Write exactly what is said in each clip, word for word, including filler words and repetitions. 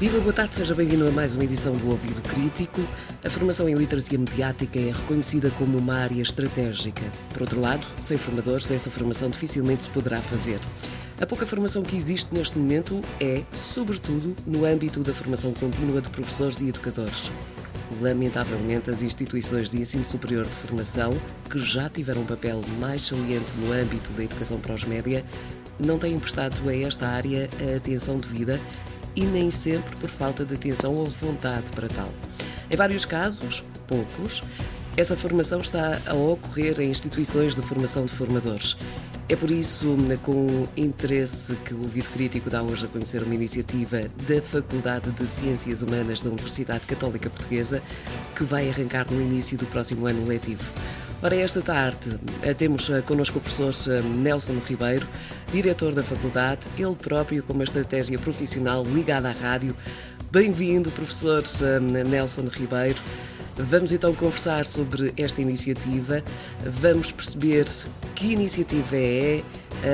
Viva, boa tarde, seja bem-vindo a mais uma edição do Ouvido Crítico. A formação em literacia mediática é reconhecida como uma área estratégica. Por outro lado, sem formadores, essa formação dificilmente se poderá fazer. A pouca formação que existe neste momento é, sobretudo, no âmbito da formação contínua de professores e educadores. Lamentavelmente, as instituições de ensino superior de formação, que já tiveram um papel mais saliente no âmbito da educação para os média, não têm prestado a esta área a atenção devida e nem sempre por falta de atenção ou vontade para tal. Em vários casos, poucos, essa formação está a ocorrer em instituições de formação de formadores. É por isso, com interesse, que o Ouvido Crítico dá hoje a conhecer uma iniciativa da Faculdade de Ciências Humanas da Universidade Católica Portuguesa, que vai arrancar no início do próximo ano letivo. Ora, esta tarde temos connosco o professor Nelson Ribeiro, diretor da faculdade, ele próprio com uma estratégia profissional ligada à rádio. Bem-vindo, professor Nelson Ribeiro. Vamos então conversar sobre esta iniciativa, vamos perceber que iniciativa é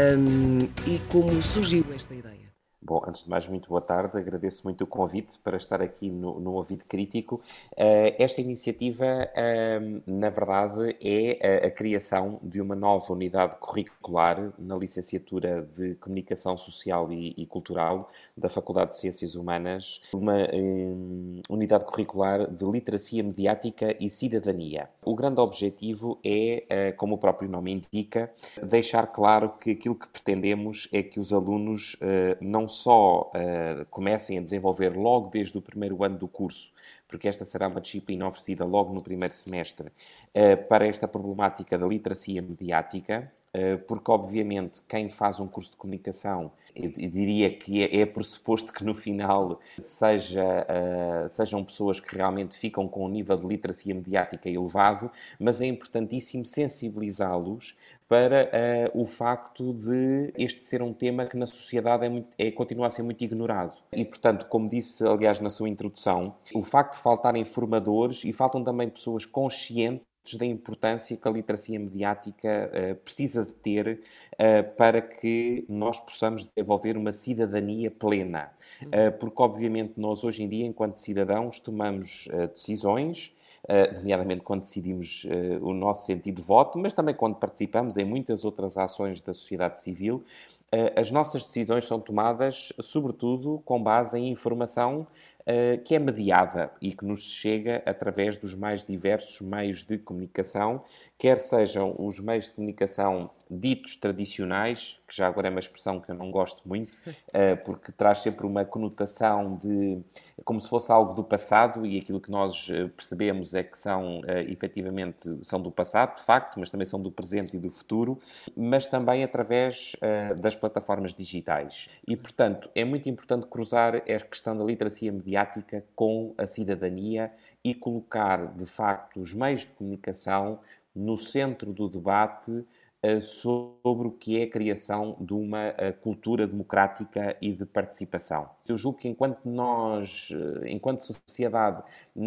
um, e como surgiu esta ideia. Bom, antes de mais, muito boa tarde. Agradeço muito o convite para estar aqui no, no Ouvido Crítico. Uh, esta iniciativa, uh, na verdade, é a, a criação de uma nova unidade curricular na licenciatura de Comunicação Social e, e Cultural da Faculdade de Ciências Humanas, uma um, unidade curricular de literacia mediática e cidadania. O grande objetivo é, uh, como o próprio nome indica, deixar claro que aquilo que pretendemos é que os alunos uh, não só uh, comecem a desenvolver logo desde o primeiro ano do curso, porque esta será uma disciplina oferecida logo no primeiro semestre, uh, para esta problemática da literacia mediática, uh, porque, obviamente, quem faz um curso de comunicação, eu, eu diria que é, é pressuposto que no final seja, uh, sejam pessoas que realmente ficam com um nível de literacia mediática elevado, mas é importantíssimo sensibilizá-los para uh, o facto de este ser um tema que na sociedade é muito, é, continua a ser muito ignorado. E, portanto, como disse, aliás, na sua introdução, o facto de faltarem formadores e faltam também pessoas conscientes da importância que a literacia mediática uh, precisa de ter uh, para que nós possamos desenvolver uma cidadania plena. Uh, porque, obviamente, nós hoje em dia, enquanto cidadãos, tomamos uh, decisões, Uh, nomeadamente quando decidimos uh, o nosso sentido de voto, mas também quando participamos em muitas outras ações da sociedade civil, uh, as nossas decisões são tomadas, sobretudo, com base em informação uh, que é mediada e que nos chega através dos mais diversos meios de comunicação, quer sejam os meios de comunicação ditos tradicionais, que já agora é uma expressão que eu não gosto muito, uh, porque traz sempre uma conotação de como se fosse algo do passado, e aquilo que nós percebemos é que são, efetivamente, são do passado, de facto, mas também são do presente e do futuro, mas também através das plataformas digitais. E, portanto, é muito importante cruzar a questão da literacia mediática com a cidadania e colocar, de facto, os meios de comunicação no centro do debate sobre o que é a criação de uma cultura democrática e de participação. Eu julgo que enquanto nós, enquanto sociedade,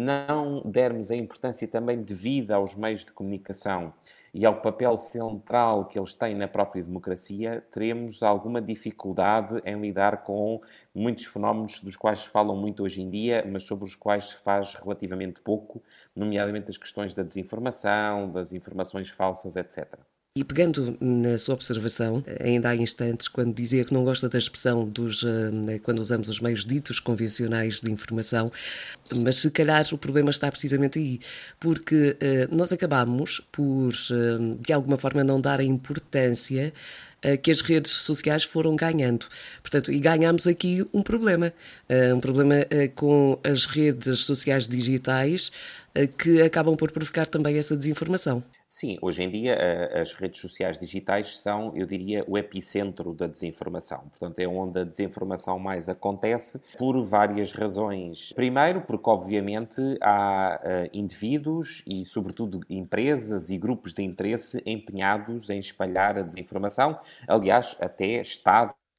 não dermos a importância também devida aos meios de comunicação e ao papel central que eles têm na própria democracia, teremos alguma dificuldade em lidar com muitos fenómenos dos quais se falam muito hoje em dia, mas sobre os quais se faz relativamente pouco, nomeadamente as questões da desinformação, das informações falsas, etcétera. E pegando na sua observação, ainda há instantes, quando dizia que não gosta da expressão dos, quando usamos os meios ditos convencionais de informação, mas se calhar o problema está precisamente aí, porque nós acabamos por, de alguma forma, não dar a importância que as redes sociais foram ganhando. Portanto, e ganhamos aqui um problema, um problema com as redes sociais digitais que acabam por provocar também essa desinformação. Sim, hoje em dia as redes sociais digitais são, eu diria, o epicentro da desinformação. Portanto, é onde a desinformação mais acontece por várias razões. Primeiro, porque obviamente há uh, indivíduos e, sobretudo, empresas e grupos de interesse empenhados em espalhar a desinformação. Aliás, até Estados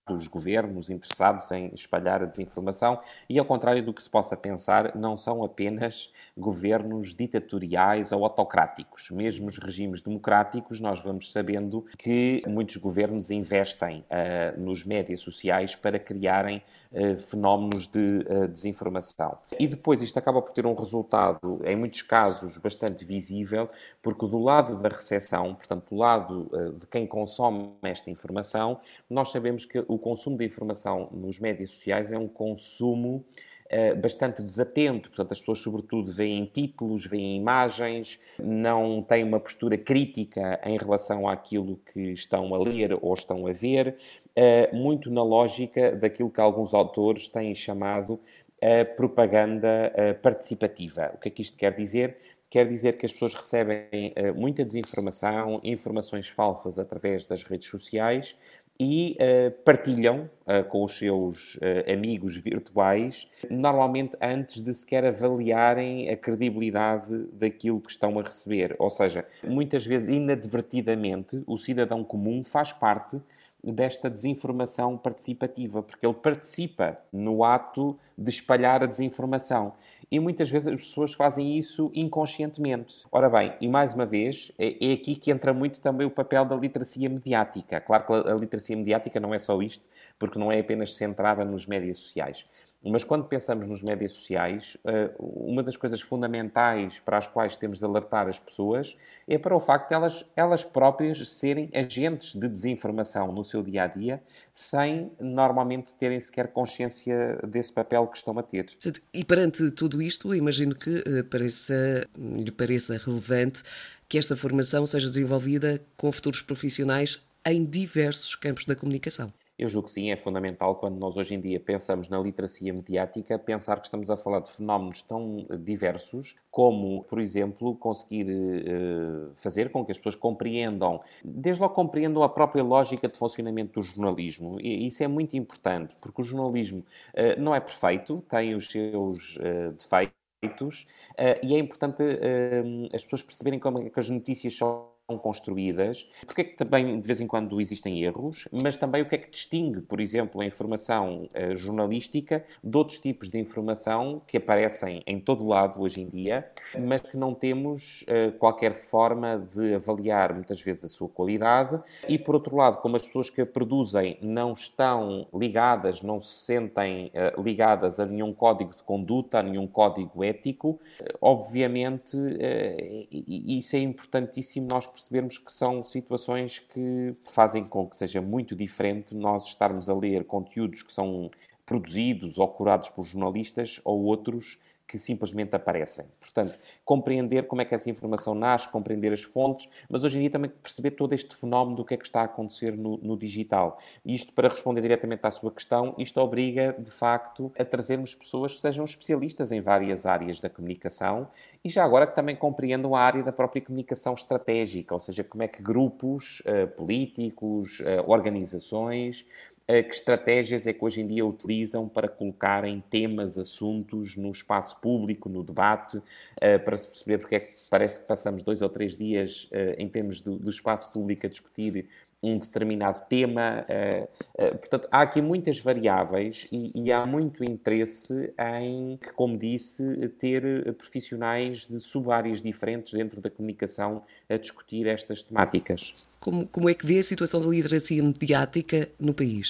dos governos interessados em espalhar a desinformação e, ao contrário do que se possa pensar, não são apenas governos ditatoriais ou autocráticos. Mesmo os regimes democráticos, nós vamos sabendo que muitos governos investem uh, nos médias sociais para criarem uh, fenómenos de uh, desinformação. E depois isto acaba por ter um resultado, em muitos casos, bastante visível, porque do lado da recepção, portanto, do lado uh, de quem consome esta informação, nós sabemos que o consumo de informação nos médias sociais é um consumo uh, bastante desatento. Portanto, as pessoas, sobretudo, veem títulos, veem imagens, não têm uma postura crítica em relação àquilo que estão a ler ou estão a ver, uh, muito na lógica daquilo que alguns autores têm chamado a propaganda uh, participativa. O que é que isto quer dizer? Quer dizer que as pessoas recebem uh, muita desinformação, informações falsas através das redes sociais e uh, partilham uh, com os seus uh, amigos virtuais, normalmente antes de sequer avaliarem a credibilidade daquilo que estão a receber. Ou seja, muitas vezes, inadvertidamente, o cidadão comum faz parte desta desinformação participativa, porque ele participa no ato de espalhar a desinformação. E muitas vezes as pessoas fazem isso inconscientemente. Ora bem, e mais uma vez, é, é aqui que entra muito também o papel da literacia mediática. Claro que a literacia mediática não é só isto, porque não é apenas centrada nos médias sociais. Mas quando pensamos nos médias sociais, uma das coisas fundamentais para as quais temos de alertar as pessoas é para o facto de elas, elas próprias serem agentes de desinformação no seu dia-a-dia, sem normalmente terem sequer consciência desse papel que estão a ter. E perante tudo isto, imagino que pareça, lhe pareça relevante que esta formação seja desenvolvida com futuros profissionais em diversos campos da comunicação. Eu julgo que sim, é fundamental quando nós hoje em dia pensamos na literacia mediática, pensar que estamos a falar de fenómenos tão diversos como, por exemplo, conseguir uh, fazer com que as pessoas compreendam, desde logo compreendam a própria lógica de funcionamento do jornalismo. E isso é muito importante, porque o jornalismo uh, não é perfeito, tem os seus uh, defeitos, uh, e é importante uh, as pessoas perceberem como é que as notícias são construídas, porque é que também de vez em quando existem erros, mas também o que é que distingue, por exemplo, a informação uh, jornalística de outros tipos de informação que aparecem em todo lado hoje em dia, mas que não temos uh, qualquer forma de avaliar muitas vezes a sua qualidade e, por outro lado, como as pessoas que a produzem não estão ligadas, não se sentem uh, ligadas a nenhum código de conduta, a nenhum código ético, uh, obviamente uh, isso é importantíssimo nós percebermos que são situações que fazem com que seja muito diferente nós estarmos a ler conteúdos que são produzidos ou curados por jornalistas ou outros que simplesmente aparecem. Portanto, compreender como é que essa informação nasce, compreender as fontes, mas hoje em dia também perceber todo este fenómeno do que é que está a acontecer no, no digital. E isto, para responder diretamente à sua questão, isto obriga, de facto, a trazermos pessoas que sejam especialistas em várias áreas da comunicação e já agora que também compreendam a área da própria comunicação estratégica, ou seja, como é que grupos uh, políticos, uh, organizações, que estratégias é que hoje em dia utilizam para colocarem temas, assuntos no espaço público, no debate, para se perceber porque é que parece que passamos dois ou três dias em termos do, do espaço público a discutir um determinado tema. Portanto, há aqui muitas variáveis e, e há muito interesse em, como disse, ter profissionais de sub-áreas diferentes dentro da comunicação a discutir estas temáticas. Como, como é que vê a situação da literacia mediática no país?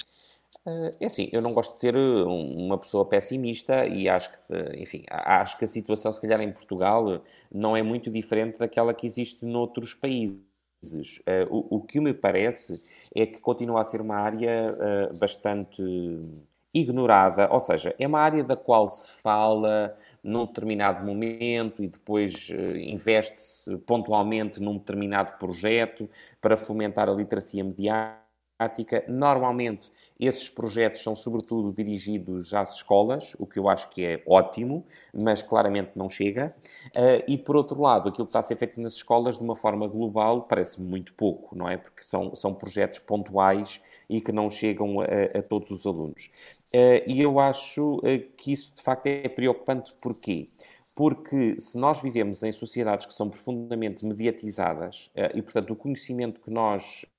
É assim, eu não gosto de ser uma pessoa pessimista e acho que, enfim, acho que a situação, se calhar, em Portugal não é muito diferente daquela que existe noutros países. O, o que me parece é que continua a ser uma área uh, bastante ignorada, ou seja, é uma área da qual se fala num determinado momento e depois uh, investe-se pontualmente num determinado projeto para fomentar a literacia mediática. Normalmente, esses projetos são sobretudo dirigidos às escolas, o que eu acho que é ótimo, mas claramente não chega. Uh, e, por outro lado, aquilo que está a ser feito nas escolas, de uma forma global, parece muito pouco, não é? Porque são, são projetos pontuais e que não chegam a, a todos os alunos. Uh, e eu acho uh, que isso, de facto, é preocupante. Porquê? Porque se nós vivemos em sociedades que são profundamente mediatizadas uh, e, portanto, o conhecimento que nós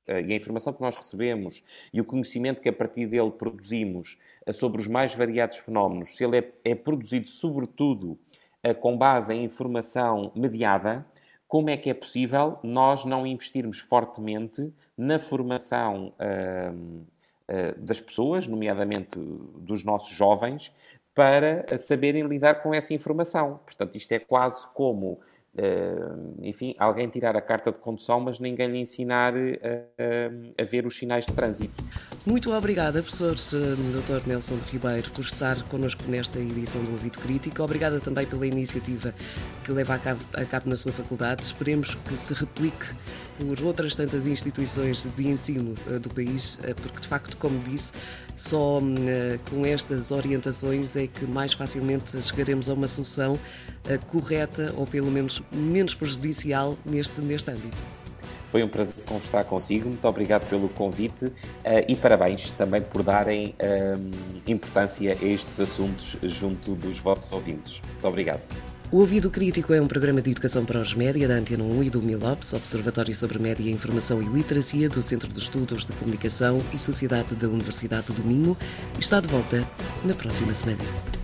e a informação que nós recebemos e o conhecimento que a partir dele produzimos sobre os mais variados fenómenos, se ele é, é produzido sobretudo com base em informação mediada, como é que é possível nós não investirmos fortemente na formação uh, uh, das pessoas, nomeadamente dos nossos jovens, para saberem lidar com essa informação? Portanto, isto é quase como, uh, enfim, alguém tirar a carta de condução, mas ninguém lhe ensinar a, a, a ver os sinais de trânsito. Muito obrigada, professor doutor Nelson de Ribeiro, por estar connosco nesta edição do Ouvido Crítico. Obrigada também pela iniciativa que leva a cabo, a cabo na sua faculdade. Esperemos que se replique por outras tantas instituições de ensino uh, do país, uh, porque, de facto, como disse, só uh, com estas orientações é que mais facilmente chegaremos a uma solução uh, correta ou, pelo menos, menos prejudicial neste, neste âmbito. Foi um prazer conversar consigo, muito obrigado pelo convite uh, e parabéns também por darem uh, importância a estes assuntos junto dos vossos ouvintes. Muito obrigado. O Ouvido Crítico é um programa de educação para os média da Antena um e do Milopes, Observatório sobre Média, Informação e Literacia do Centro de Estudos de Comunicação e Sociedade da Universidade do Minho, e está de volta na próxima semana.